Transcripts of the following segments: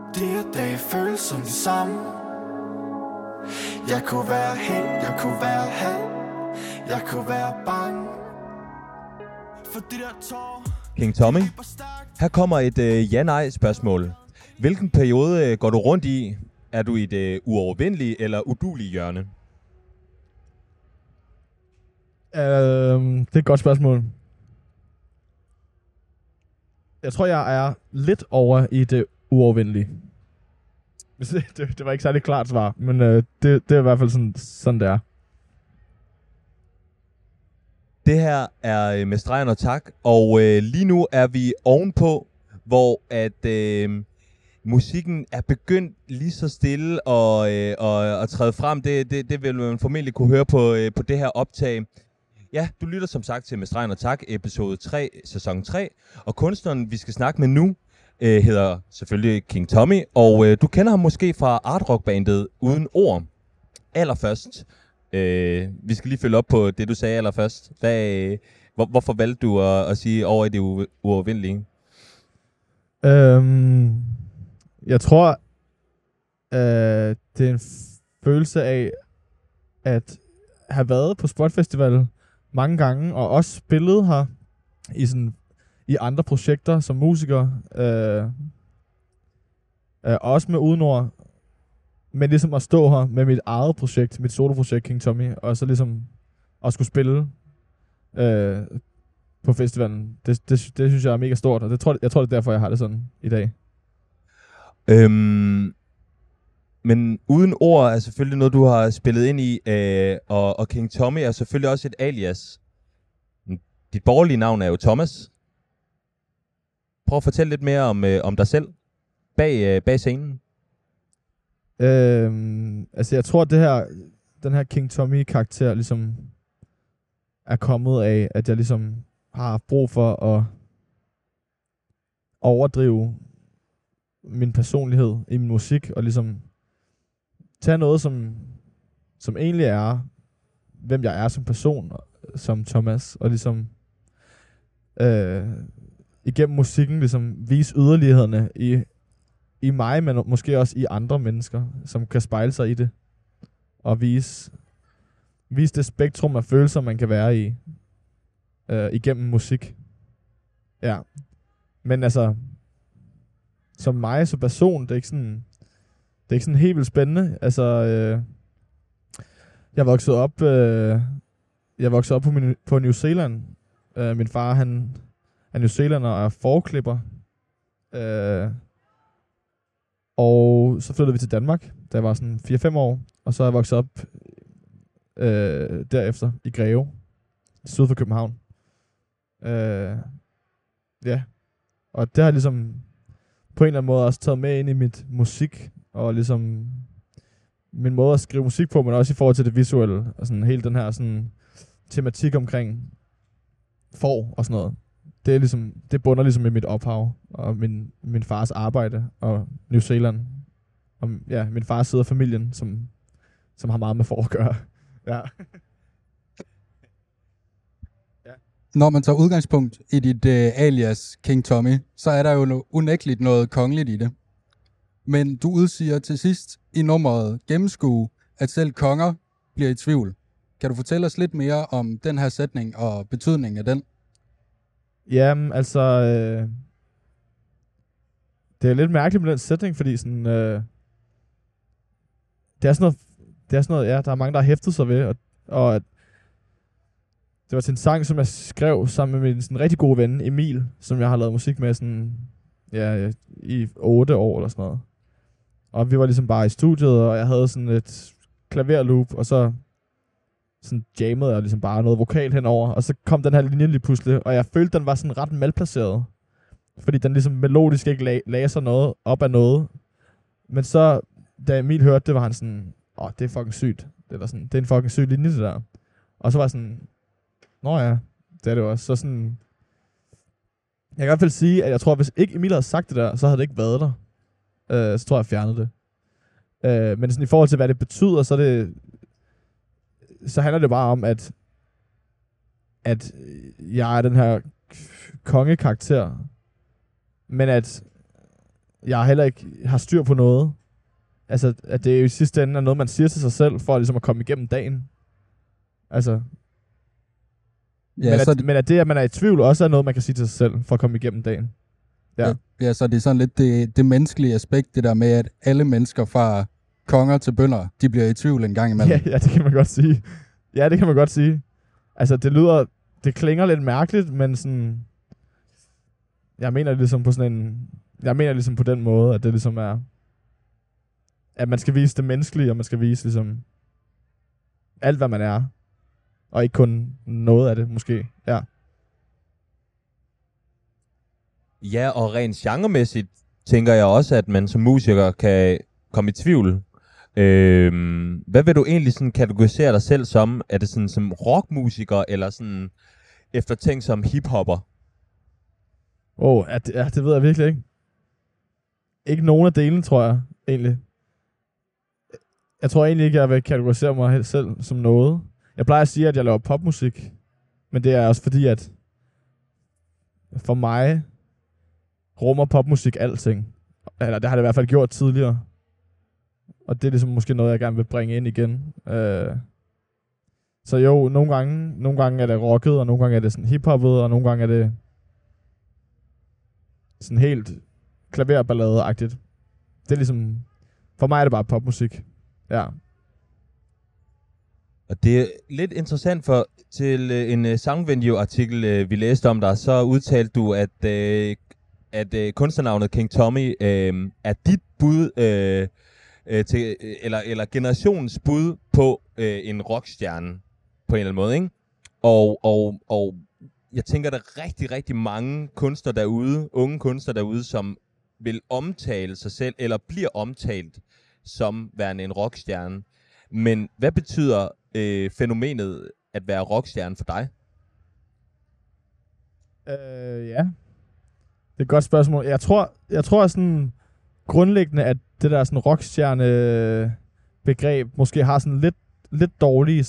De dage føles som de samme. Jeg kunne være helt, jeg kunne være halv. Jeg kunne være bange for de der tår. King Tommy, her kommer et ja-nej spørgsmål. Hvilken periode går du rundt i? Er du i det uovervindelige eller uduelige hjørne? Det er et godt spørgsmål. Jeg tror, jeg er lidt over i det uovervindelige. Det var ikke særlig klart svar, men det er i hvert fald sådan det er. Det her er med stregen og tak, og lige nu er vi ovenpå, hvor at musikken er begyndt lige så stille og træde frem. Det vil man formentlig kunne høre på det her optag. Ja, du lytter som sagt til Med stregen og tak, episode 3, sæson 3, og kunstneren, vi skal snakke med nu, hedder selvfølgelig King Tommy, og du kender ham måske fra artrockbandet Uden Ord. Allerførst, vi skal lige følge op på det, du sagde allerførst. Hvorfor valgte du at sige over i det uovervindelige? Jeg tror, det er en følelse af at have været på Spotfestival mange gange, og også spillet her i andre projekter som musiker, også med Uden Ord, men ligesom at stå her med mit eget projekt, mit soloprojekt King Tommy, og så ligesom at skulle spille på festivalen. Det synes jeg er mega stort, og jeg tror, det er derfor, jeg har det sådan i dag. Men Uden Ord er selvfølgelig noget, du har spillet ind i, og King Tommy er selvfølgelig også et alias. Dit borgerlige navn er jo Thomas. Prøv at fortælle lidt mere om dig selv bag scenen. Altså jeg tror, den her King Tommy-karakter ligesom er kommet af, at jeg ligesom har haft brug for at overdrive min personlighed i min musik, og ligesom tage noget, som egentlig er, hvem jeg er som person, som Thomas, og ligesom igennem musikken ligesom vise yderlighederne i mig, men måske også i andre mennesker, som kan spejle sig i det, og vise det spektrum af følelser, man kan være i igennem musik. Ja. Men altså, som mig som person, det er ikke sådan helt vildt spændende. Altså, jeg voksede op på New Zealand. Min far, han er New Zealander og er forklipper. Og så flyttede vi til Danmark, da jeg var sådan 4-5 år. Og så er jeg vokset op derefter i Greve, syd for København. Ja. Og det har ligesom på en eller anden måde også taget med ind i mit musik, og ligesom min måde at skrive musik på, men også i forhold til det visuelle, og sådan hele den her sådan tematik omkring får og sådan noget. Det er ligesom, det bunder ligesom i mit ophav, og min fars arbejde, og New Zealand. Og ja, min fars side af familien, som har meget med får at gøre. Ja. Når man tager udgangspunkt i dit alias King Tommy, så er der jo unægteligt noget kongeligt i det. Men du udsiger til sidst i nummeret gennemskue, at selv konger bliver i tvivl. Kan du fortælle os lidt mere om den her sætning og betydningen af den? Jamen, altså det er lidt mærkeligt med den sætning, fordi sådan det er sådan noget, ja, der er mange, der har hæftet sig ved, og det var til en sang, som jeg skrev sammen med min sådan rigtig gode ven Emil, som jeg har lavet musik med sådan, ja, i 8 år eller sådan noget. Og vi var ligesom bare i studiet, og jeg havde sådan et klaverloop, og så sådan jammede jeg ligesom bare noget vokal henover, og så kom den her linje lige pludselig, og jeg følte, den var sådan ret malplaceret, fordi den ligesom melodisk ikke lagde sig noget op af noget. Men så, da Emil hørte det, var han sådan, det er fucking sygt. Det er en fucking syg linje, det der. Og så var jeg sådan, nå ja, det er det også. Så sådan, jeg kan i hvert fald sige, at jeg tror, at hvis ikke Emil havde sagt det der, så havde det ikke været der. Så tror jeg, fjernede det. Men sådan i forhold til, hvad det betyder, så handler det bare om, at jeg er den her kongekarakter, men at jeg heller ikke har styr på noget. Altså, at det jo i sidste ende er noget, man siger til sig selv, for ligesom at komme igennem dagen. Altså... Ja, men at det, at man er i tvivl, også er noget, man kan sige til sig selv, for at komme igennem dagen. Ja, så det er sådan lidt det menneskelige aspekt, det der med, at alle mennesker fra konger til bønder, de bliver i tvivl en gang imellem. Ja, det kan man godt sige. Ja, det kan man godt sige. Altså, det klinger lidt mærkeligt, men sådan... Jeg mener ligesom på den måde, at det ligesom er... At man skal vise det menneskelige, og man skal vise ligesom... Alt, hvad man er. Og ikke kun noget af det, måske. Ja. Ja, og rent genremæssigt tænker jeg også, at man som musiker kan komme i tvivl. Hvad vil du egentlig sådan kategorisere dig selv som? Er det sådan som rockmusiker, eller sådan eftertænkt som hiphopper? Det ved jeg virkelig ikke. Ikke nogen af delene, tror jeg, egentlig. Jeg tror egentlig ikke, jeg vil kategorisere mig selv som noget. Jeg plejer at sige, at jeg laver popmusik. Men det er også fordi, at for mig rummer popmusik alting. Eller det har det i hvert fald gjort tidligere. Og det er ligesom måske noget, jeg gerne vil bringe ind igen. Så jo, nogle gange er det rocket, og nogle gange er det sådan hiphoppet, og nogle gange er det sådan helt klaverballade-agtigt. Det er ligesom... For mig er det bare popmusik. Ja. Og det er lidt interessant, for til en Soundvenue-artikel, vi læste om dig, så udtalte du, at kunstnernavnet King Tommy er dit bud, eller generationens bud på en rockstjerne, på en eller anden måde, ikke? Og jeg tænker, der er rigtig, rigtig mange kunstnere derude, unge kunstnere derude, som vil omtale sig selv, eller bliver omtalt som værende en rockstjerne. Men hvad betyder fænomenet at være rockstjerne for dig? Ja. Det er et godt spørgsmål. Jeg tror sådan grundlæggende, at det der sådan rockstjerne begreb måske har sådan lidt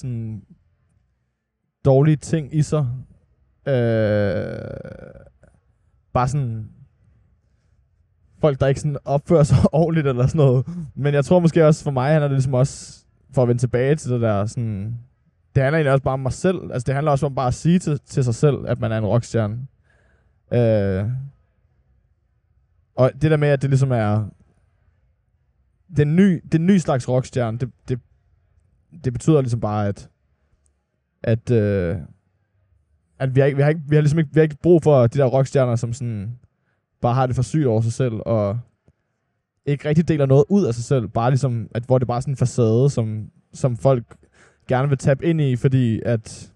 dårlige ting i sig. Bare sådan folk, der ikke sådan opfører sig ordentligt eller sådan noget. Men jeg tror måske også for mig, handler det ligesom også, for at vende tilbage til det der sådan... Det handler egentlig også bare om mig selv. Altså det handler også om bare at sige til sig selv, at man er en rockstjerne. Og det der med, at det ligesom er... Den nye slags rockstjerne, det betyder ligesom bare, at vi har ikke brug for de der rockstjerner, som sådan bare har det for sygt over sig selv, og ikke rigtig deler noget ud af sig selv, bare ligesom, hvor det bare er sådan en facade, som folk gerne vil tabe ind i, fordi at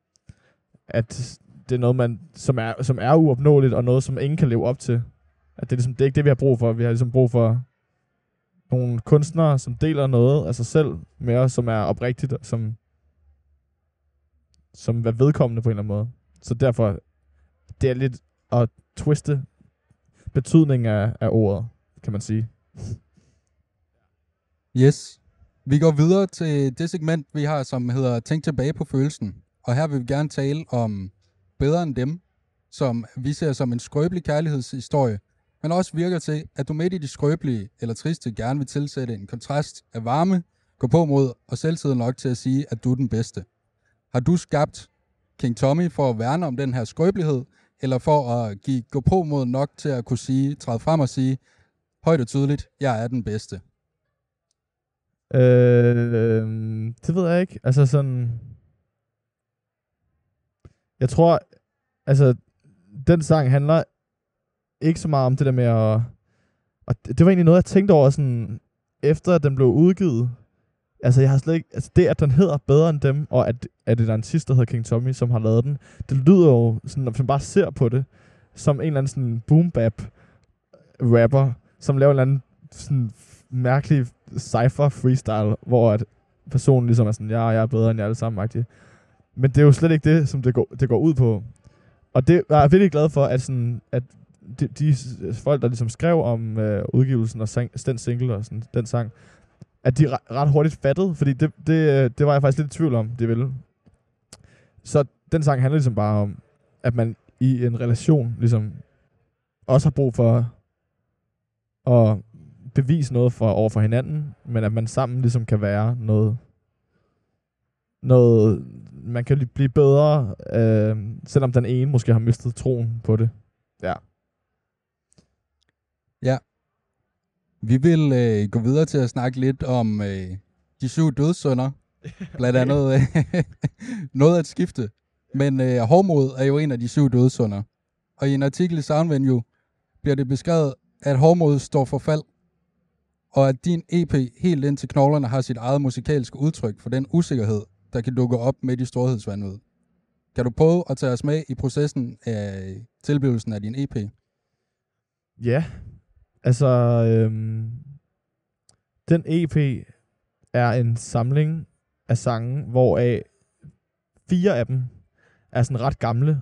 det er noget, som er uopnåeligt, og noget, som ingen kan leve op til. At det er ikke det, vi har brug for. Vi har ligesom brug for nogle kunstnere, som deler noget af sig selv med os, som er oprigtigt, og som er vedkommende på en eller anden måde. Så derfor, det er lidt at twiste betydningen af ordet, kan man sige. Yes. Vi går videre til det segment, vi har, som hedder Tænk tilbage på følelsen. Og her vil vi gerne tale om Bedre end dem, som vi ser som en skrøbelig kærlighedshistorie, men også virker til, at du midt i de skrøbelige eller triste gerne vil tilsætte en kontrast af varme, gå på mod og selvtid nok til at sige, at du er den bedste. Har du skabt King Tommy for at værne om den her skrøbelighed, eller for at gå på mod nok til at kunne træde frem og sige, højt og tydeligt, jeg er den bedste? Det ved jeg ikke. Altså sådan... Jeg tror, altså, den sang handler ikke så meget om det der med at... Og det var egentlig noget, jeg tænkte over sådan, efter at den blev udgivet. Altså, jeg har slet ikke... Altså, det, at den hedder Bedre end dem, og at det er en artist, der hedder King Tommy, som har lavet den, det lyder jo sådan, når man bare ser på det, som en eller anden sådan boom-bap rapper, som laver en eller anden sådan mærkelig cypher freestyle, hvor at personen ligesom er sådan, jeg er bedre end jer alle sammen, agtigt. Men det er jo slet ikke det, som det går ud på. Og det er jeg virkelig glad for, at, sådan, at de folk, der ligesom skrev om udgivelsen og den single og sådan, den sang, at de ret hurtigt fattede, fordi det var jeg faktisk lidt i tvivl om, det ville. Så den sang handler ligesom bare om, at man i en relation ligesom også har brug for at bevise noget over for hinanden, men at man sammen ligesom kan være noget man kan blive bedre, selvom den ene måske har mistet troen på det. Ja. Ja. Vi vil gå videre til at snakke lidt om de 7 dødssynder. Blandt andet noget at skifte. Men hårdmod er jo en af de 7 dødssynder. Og i en artikel i Soundvenue bliver det beskrevet, at hårdmod står for fald, og at din EP helt ind til knoglerne har sit eget musikalske udtryk for den usikkerhed, der kan dukke op med i storhedsvanvid. Kan du prøve at tage os med i processen af tilblivelsen af din EP? Ja, altså den EP er en samling af sange, hvoraf 4 af dem er sådan ret gamle.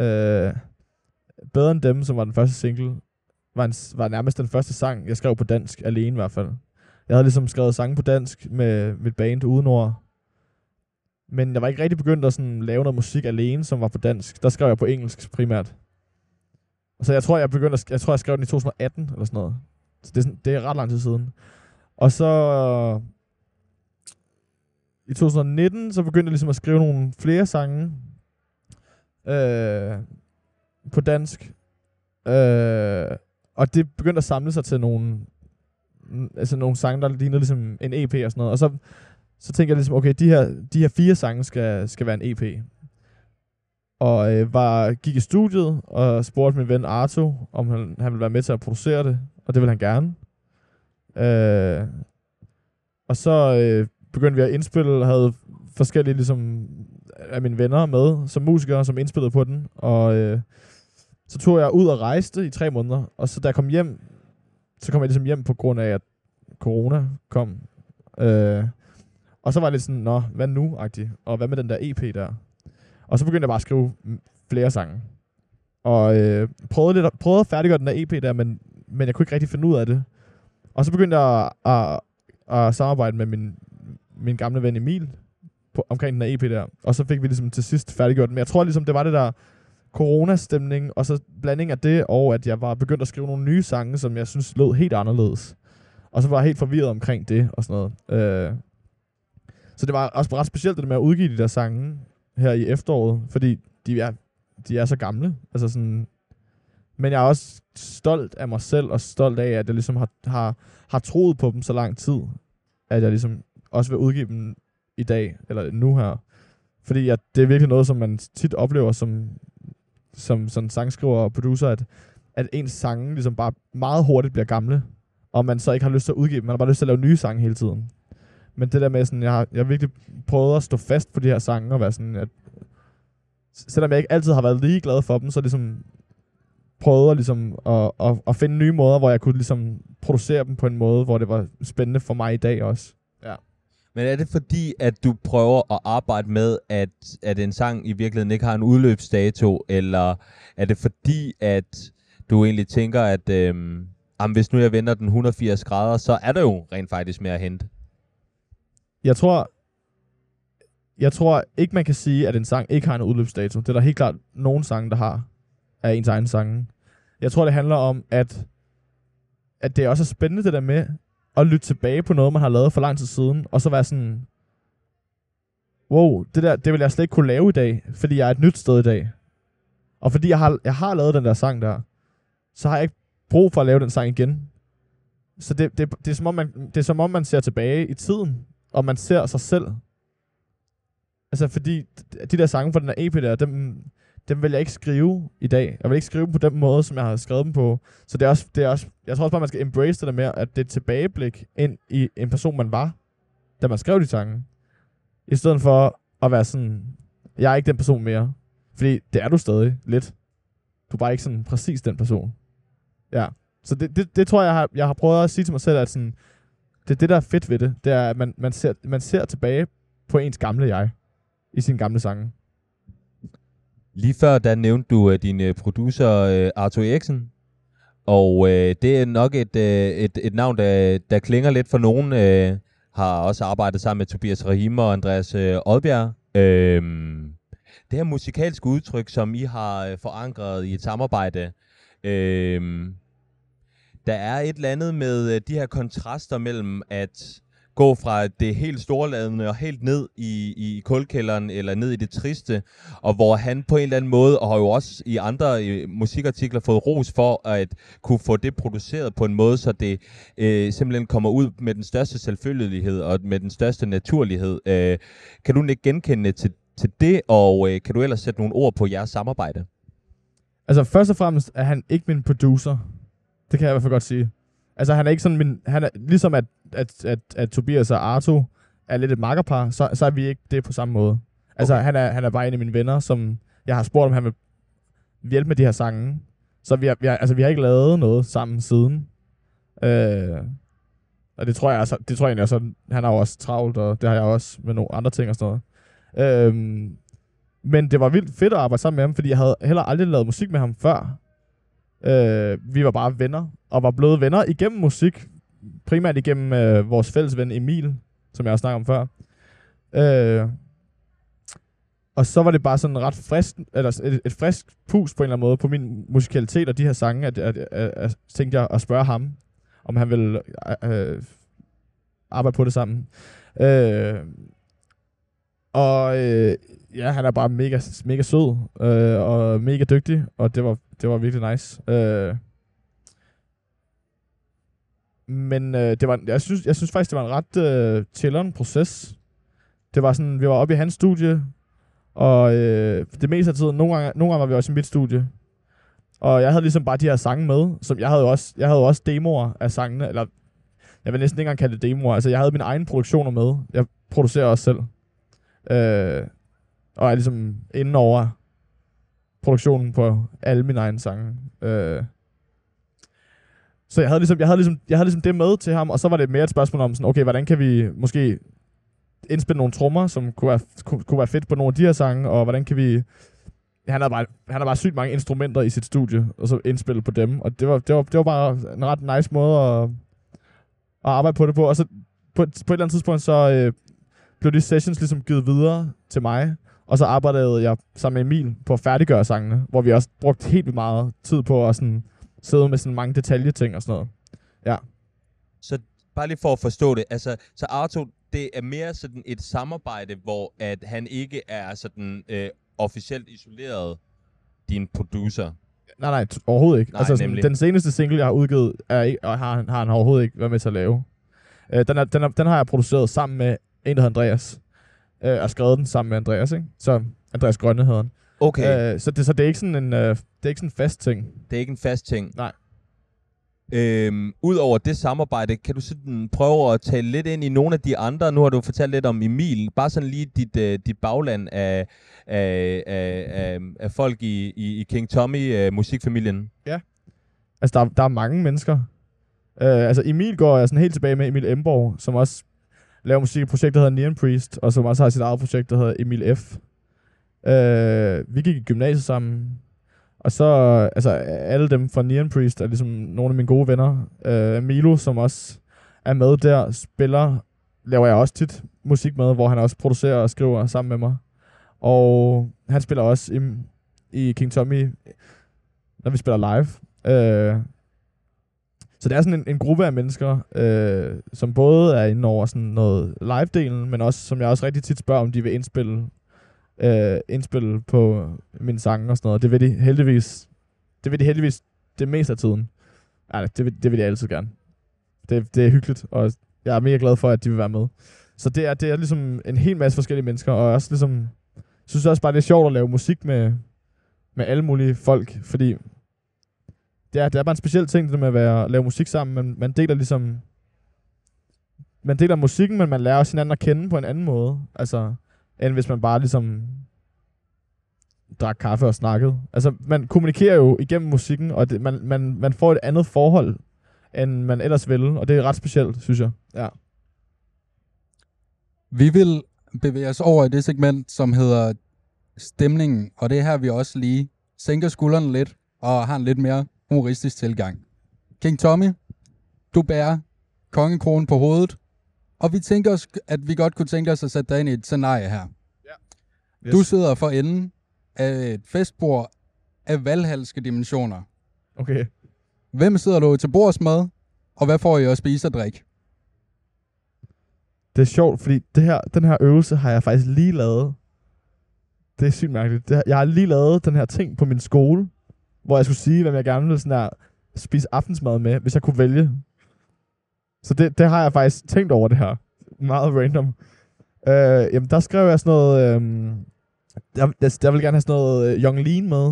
Bedre end dem, som var den første single, var nærmest den første sang, jeg skrev på dansk, alene i hvert fald. Jeg havde ligesom skrevet sange på dansk med mit band Udenord, men jeg var ikke rigtig begyndt at sådan lave noget musik alene, som var på dansk. Der skrev jeg på engelsk primært. Så jeg tror, jeg skrev den i 2018 eller sådan noget. Så det er ret lang tid siden. Og så i 2019, så begyndte jeg ligesom at skrive nogle flere sange på dansk. Og det begyndte at samle sig til nogle sange, der lignede ligesom en EP og sådan noget. Og så tænkte jeg ligesom, okay, de her 4 sange skal være en EP. Og gik i studiet og spurgte min ven Arto, om han ville være med til at producere det. Og det ville han gerne. Og så begyndte vi at indspille, og havde forskellige ligesom, af mine venner med som musikere, som indspillede på den. Og så tog jeg ud og rejste i 3 måneder. Og så da jeg kom hjem, så kom jeg ligesom hjem på grund af, at corona kom. Og så var jeg lidt sådan, nå, hvad nu-agtigt? Og hvad med den der EP der? Og så begyndte jeg bare at skrive flere sange. Og prøvede at færdiggøre den der EP der, men jeg kunne ikke rigtig finde ud af det. Og så begyndte jeg at samarbejde med min gamle ven Emil omkring den der EP der. Og så fik vi ligesom til sidst færdiggjort den. Men jeg tror ligesom, det var det der coronastemning, og så blanding af det, og at jeg var begyndt at skrive nogle nye sange, som jeg synes lød helt anderledes. Og så var jeg helt forvirret omkring det og sådan noget. Så det var også ret specielt det med at udgive de der sange her i efteråret, fordi de er så gamle. Altså sådan, men jeg er også stolt af mig selv, og stolt af, at jeg ligesom har troet på dem så lang tid, at jeg ligesom også vil udgive dem i dag, eller nu her. Fordi det er virkelig noget, som man tit oplever som sådan sangskriver og producer, at ens sange ligesom bare meget hurtigt bliver gamle, og man så ikke har lyst til at udgive dem. Man har bare lyst til at lave nye sange hele tiden. Men det der med sådan, jeg har virkelig prøvet at stå fast på de her sange, og være sådan, at selvom jeg ikke altid har været lige glad for dem, så ligesom prøvet ligesom at finde nye måder, hvor jeg kunne ligesom producere dem på en måde, hvor det var spændende for mig i dag også. Ja. Men er det fordi, at du prøver at arbejde med, at en sang i virkeligheden ikke har en udløbsdato, eller er det fordi, at du egentlig tænker, at hvis nu jeg vender den 180 grader, så er der jo rent faktisk mere at hente? Jeg tror ikke, man kan sige, at en sang ikke har en udløbsdato. Det er der helt klart nogle sange, der har af ens egen sange. Jeg tror, det handler om, at det også er spændende det der med at lytte tilbage på noget, man har lavet for lang tid siden, og så være sådan, wow, det vil jeg slet ikke kunne lave i dag, fordi jeg er et nyt sted i dag. Og fordi jeg har lavet den der sang der, så har jeg ikke brug for at lave den sang igen. Så det er som om man ser tilbage i tiden, og man ser sig selv. Altså fordi de der sange fra den der EP der, dem vil jeg ikke skrive i dag. Jeg vil ikke skrive dem på den måde, som jeg har skrevet dem på. Så det er også, jeg tror også bare, man skal embrace det der med, at det er et tilbageblik ind i en person, man var, da man skrev de sange. I stedet for at være sådan, jeg er ikke den person mere. Fordi det er du stadig lidt. Du er bare ikke sådan præcis den person. Ja. Så det tror jeg har prøvet at sige til mig selv, at sådan, det der er fedt ved det, det er, at man ser tilbage på ens gamle jeg i sine gamle sange. Lige før, der nævnte du din producer Arto Eriksen, og det er nok et navn, der klinger lidt for nogen. Har også arbejdet sammen med Tobias Rahim og Andreas Odbjerg. Det her musikalske udtryk, som I har forankret i et samarbejde, der er et eller andet med de her kontraster mellem at gå fra det helt storladende og helt ned i kulkælderen, eller ned i det triste, og hvor han på en eller anden måde, og har jo også i andre musikartikler fået ros for at kunne få det produceret på en måde, så det simpelthen kommer ud med den største selvfølgelighed og med den største naturlighed. Kan du ikke genkende til det, og kan du ellers sætte nogle ord på jeres samarbejde? Altså først og fremmest er han ikke min producer. Det kan jeg i hvert fald godt sige. Altså han er ikke sådan min... Han er, ligesom at Tobias og Arto er lidt et makkerpar, så er vi ikke det på samme måde. Altså han er bare en af mine venner, som jeg har spurgt, om han vil hjælpe med de her sange. Så vi har ikke lavet noget sammen siden. Og det tror jeg egentlig også, han har jo også travlt, og det har jeg også med nogle andre ting og sådan noget. Men det var vildt fedt at arbejde sammen med ham, fordi jeg havde heller aldrig lavet musik med ham før. Vi var bare venner, og var blevet venner igennem musik. Primært igennem vores fælles ven Emil, som jeg også snakkede om før. Og så var det bare sådan ret frisk, eller et frisk pus på en eller anden måde på min musikalitet og de her sange, at tænkte jeg at spørge ham, om han ville arbejde på det sammen. Ja, han er bare mega sød og mega dygtig, og det var virkelig nice. Men jeg synes faktisk, det var en ret chilleren proces. Det var sådan, vi var oppe i hans studie, og det meste af tiden, nogle gange var vi også i mit studie. Og jeg havde ligesom bare de her sange med, som jeg havde også demoer af sangene, eller jeg vil næsten ikke engang kalde det demoer. Altså jeg havde mine egne produktioner med. Jeg producerer også selv. Og er ligesom inde over produktionen på alle mine egne sange. Så jeg havde ligesom det med til ham, og så var det mere et spørgsmål om sådan, okay, hvordan kan vi måske indspille nogle trommer, som kunne være fedt på nogle af de her sange, og hvordan kan vi... Han har bare sygt mange instrumenter i sit studie, og så indspille på dem, og det var bare en ret nice måde at arbejde på det på, og så på et eller andet tidspunkt, så blev de sessions ligesom givet videre til mig, og så arbejdede jeg sammen med Emil på at færdiggøre sangene, hvor vi også brugte helt vildt meget tid på at sådan sidde med sådan mange detaljeting og sådan noget. Ja. Så bare lige for at forstå det, altså, så Arto, det er mere sådan et samarbejde, hvor at han ikke er sådan officielt isoleret din producer. Nej, overhovedet ikke. Nej, altså sådan, den seneste single, jeg har udgivet, har han overhovedet ikke været med til at lave. Den har jeg produceret sammen med en, der hedder Andreas. Og skrevet den sammen med Andreas, ikke? Så Andreas Grønne hedder han. Okay. Så det er ikke sådan en det er ikke sådan en fast ting. Det er ikke en fast ting. Nej. Udover det samarbejde, kan du sådan prøve at tale lidt ind i nogle af de andre? Nu har du fortalt lidt om Emil. Bare sådan lige dit bagland af folk i King Tommy musikfamilien. Ja. Altså der er mange mennesker. Altså Emil går jeg sådan helt tilbage med Emil Emborg, som også laver musik i et projekt, der hedder Neon Priest, og som også har sit eget projekt, der hedder Emil F. Vi gik i gymnasiet sammen. Og så, altså alle dem fra Neon Priest er ligesom nogle af mine gode venner. Milo, som også er med der, laver jeg også tit musik med, hvor han også producerer og skriver sammen med mig. Og han spiller også i King Tommy, når vi spiller live. Så det er sådan en gruppe af mennesker, som både er inde over sådan noget live-delen, men også, som jeg også rigtig tit spørger, om de vil indspille på mine sange og sådan noget. Det vil de heldigvis det meste af tiden. Ja, det vil de altid gerne. Det er hyggeligt, og jeg er mega glad for, at de vil være med. Så det er ligesom en hel masse forskellige mennesker, og også ligesom, synes også bare, det er sjovt at lave musik med alle mulige folk, fordi det er bare en speciel ting, det med at lave musik sammen, men man deler musikken, men man lærer også hinanden at kende på en anden måde, altså, end hvis man bare ligesom drak kaffe og snakkede. Altså, man kommunikerer jo igennem musikken, og man får et andet forhold, end man ellers vil, og det er ret specielt, synes jeg. Ja. Vi vil bevæge os over i det segment, som hedder stemningen, og det er her, vi også lige sænker skuldrene lidt, og har en lidt mere humoristisk tilgang. King Tommy, du bærer kongekronen på hovedet, og vi tænker os, at vi godt kunne tænke os at sætte dig ind i et scenarie her. Ja. Yes. Du sidder for enden af et festbord af valhalske dimensioner. Okay. Hvem sidder du til bords med, og hvad får I at spise og drikke? Det er sjovt, fordi den her øvelse har jeg faktisk lige lavet. Det er sygt mærkeligt. Jeg har lige lavet den her ting på min skole, hvor jeg skulle sige, hvem jeg gerne ville sådan her, spise aftensmad med, hvis jeg kunne vælge. Så det har jeg faktisk tænkt over det her. Meget random. Jamen, der skrev jeg sådan noget... jeg vil gerne have sådan noget Young Lean med.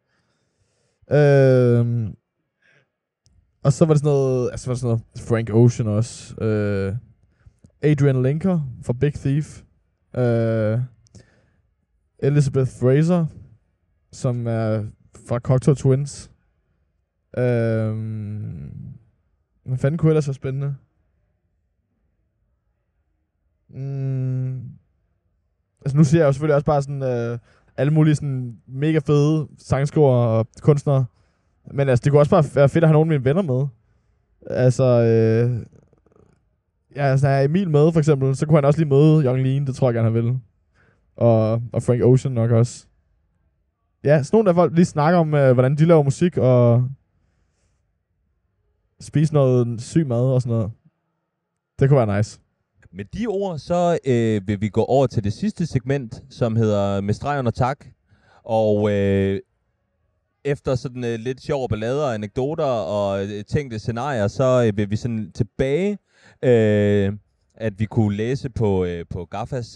Og så var det sådan noget... Altså, var det sådan noget Frank Ocean også. Adrian Linker fra Big Thief. Elizabeth Fraser, som er fra Cocteau Twins. Hvad fanden kunne ellers være spændende? Altså nu siger jeg jo selvfølgelig også bare sådan alle mulige sådan mega fede sangskrivere og kunstnere. Men altså det kunne også bare være fedt at have nogle af mine venner med. Altså ja, altså er Emil med for eksempel, så kunne han også lige møde Young Lean, det tror jeg gerne han vil. Og Frank Ocean nok også. Ja, sådan nogle der folk lige snakker om hvordan de laver musik og spise noget syg mad og sådan noget. Det kunne være nice. Med de ord, så vil vi gå over til det sidste segment, som hedder Med streg under tak. Og efter sådan lidt sjov ballader og anekdoter og tænkte scenarier, så vil vi sådan tilbage, at vi kunne læse på Gaffas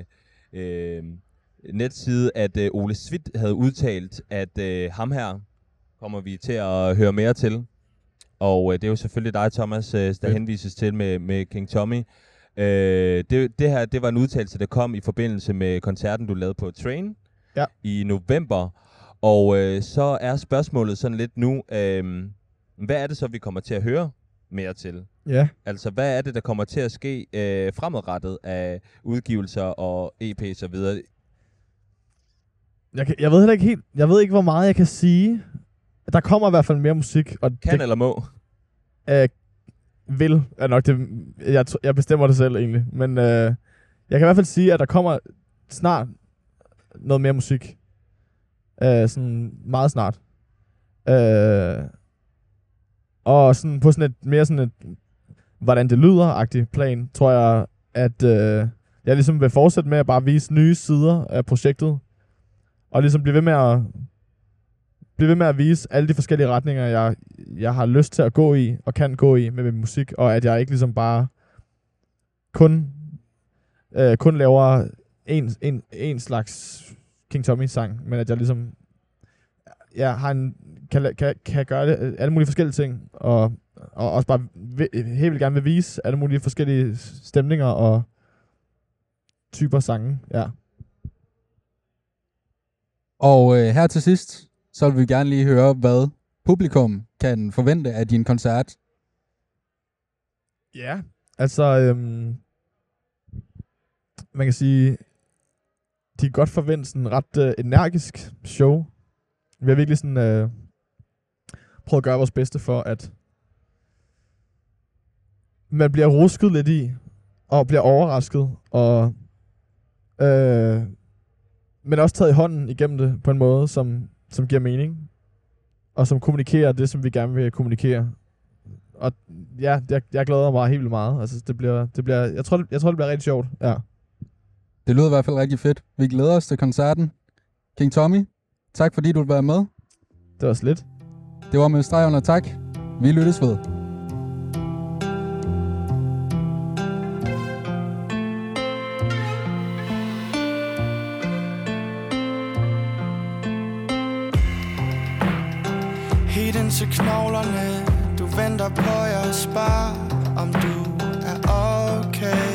netside, at Ole Svidt havde udtalt, at ham her kommer vi til at høre mere til. Og det er jo selvfølgelig dig, Thomas, der henvises til med King Tommy. Det her, det var en udtalelse, der kom i forbindelse med koncerten, du lavede på Train i november. Og så er spørgsmålet sådan lidt nu, hvad er det så, vi kommer til at høre mere til? Ja. Altså, hvad er det, der kommer til at ske fremadrettet af udgivelser og EP's og videre? Jeg ved heller ikke helt, jeg ved ikke, hvor meget jeg kan sige. Der kommer i hvert fald mere musik. Og kan eller må? Vil er nok det. Jeg bestemmer det selv egentlig. Men jeg kan i hvert fald sige, at der kommer snart noget mere musik. Sådan meget snart. Og sådan på sådan et mere sådan et hvordan det lyder-agtigt plan, tror jeg, at jeg ligesom vil fortsætte med at bare vise nye sider af projektet. Og ligesom blive ved med at vise alle de forskellige retninger, jeg har lyst til at gå i, og kan gå i med min musik, og at jeg ikke ligesom bare kun laver en slags King Tommy-sang, men at jeg ligesom har kan gøre det, alle mulige forskellige ting, og også bare helt vildt gerne vil vise alle mulige forskellige stemninger og typer sange, ja. Og her til sidst, så vil vi gerne lige høre, hvad publikum kan forvente af din koncert. Ja, altså, man kan sige, de kan godt forvente sådan en ret energisk show. Vi har virkelig sådan prøvet at gøre vores bedste for, at man bliver rusket lidt i, og bliver overrasket, og men også taget i hånden igennem det på en måde, som giver mening, og som kommunikerer det, som vi gerne vil kommunikere. Og ja, jeg glæder mig helt vildt meget. Altså, det bliver, jeg tror, det bliver rigtig sjovt. Ja. Det lyder i hvert fald rigtig fedt. Vi glæder os til koncerten. King Tommy, tak fordi du vil være med. Det var slet. Det var med streg under tak. Vi lyttes ved. Helt ind til knoglerne, du venter på, jeg spørger, om du er okay.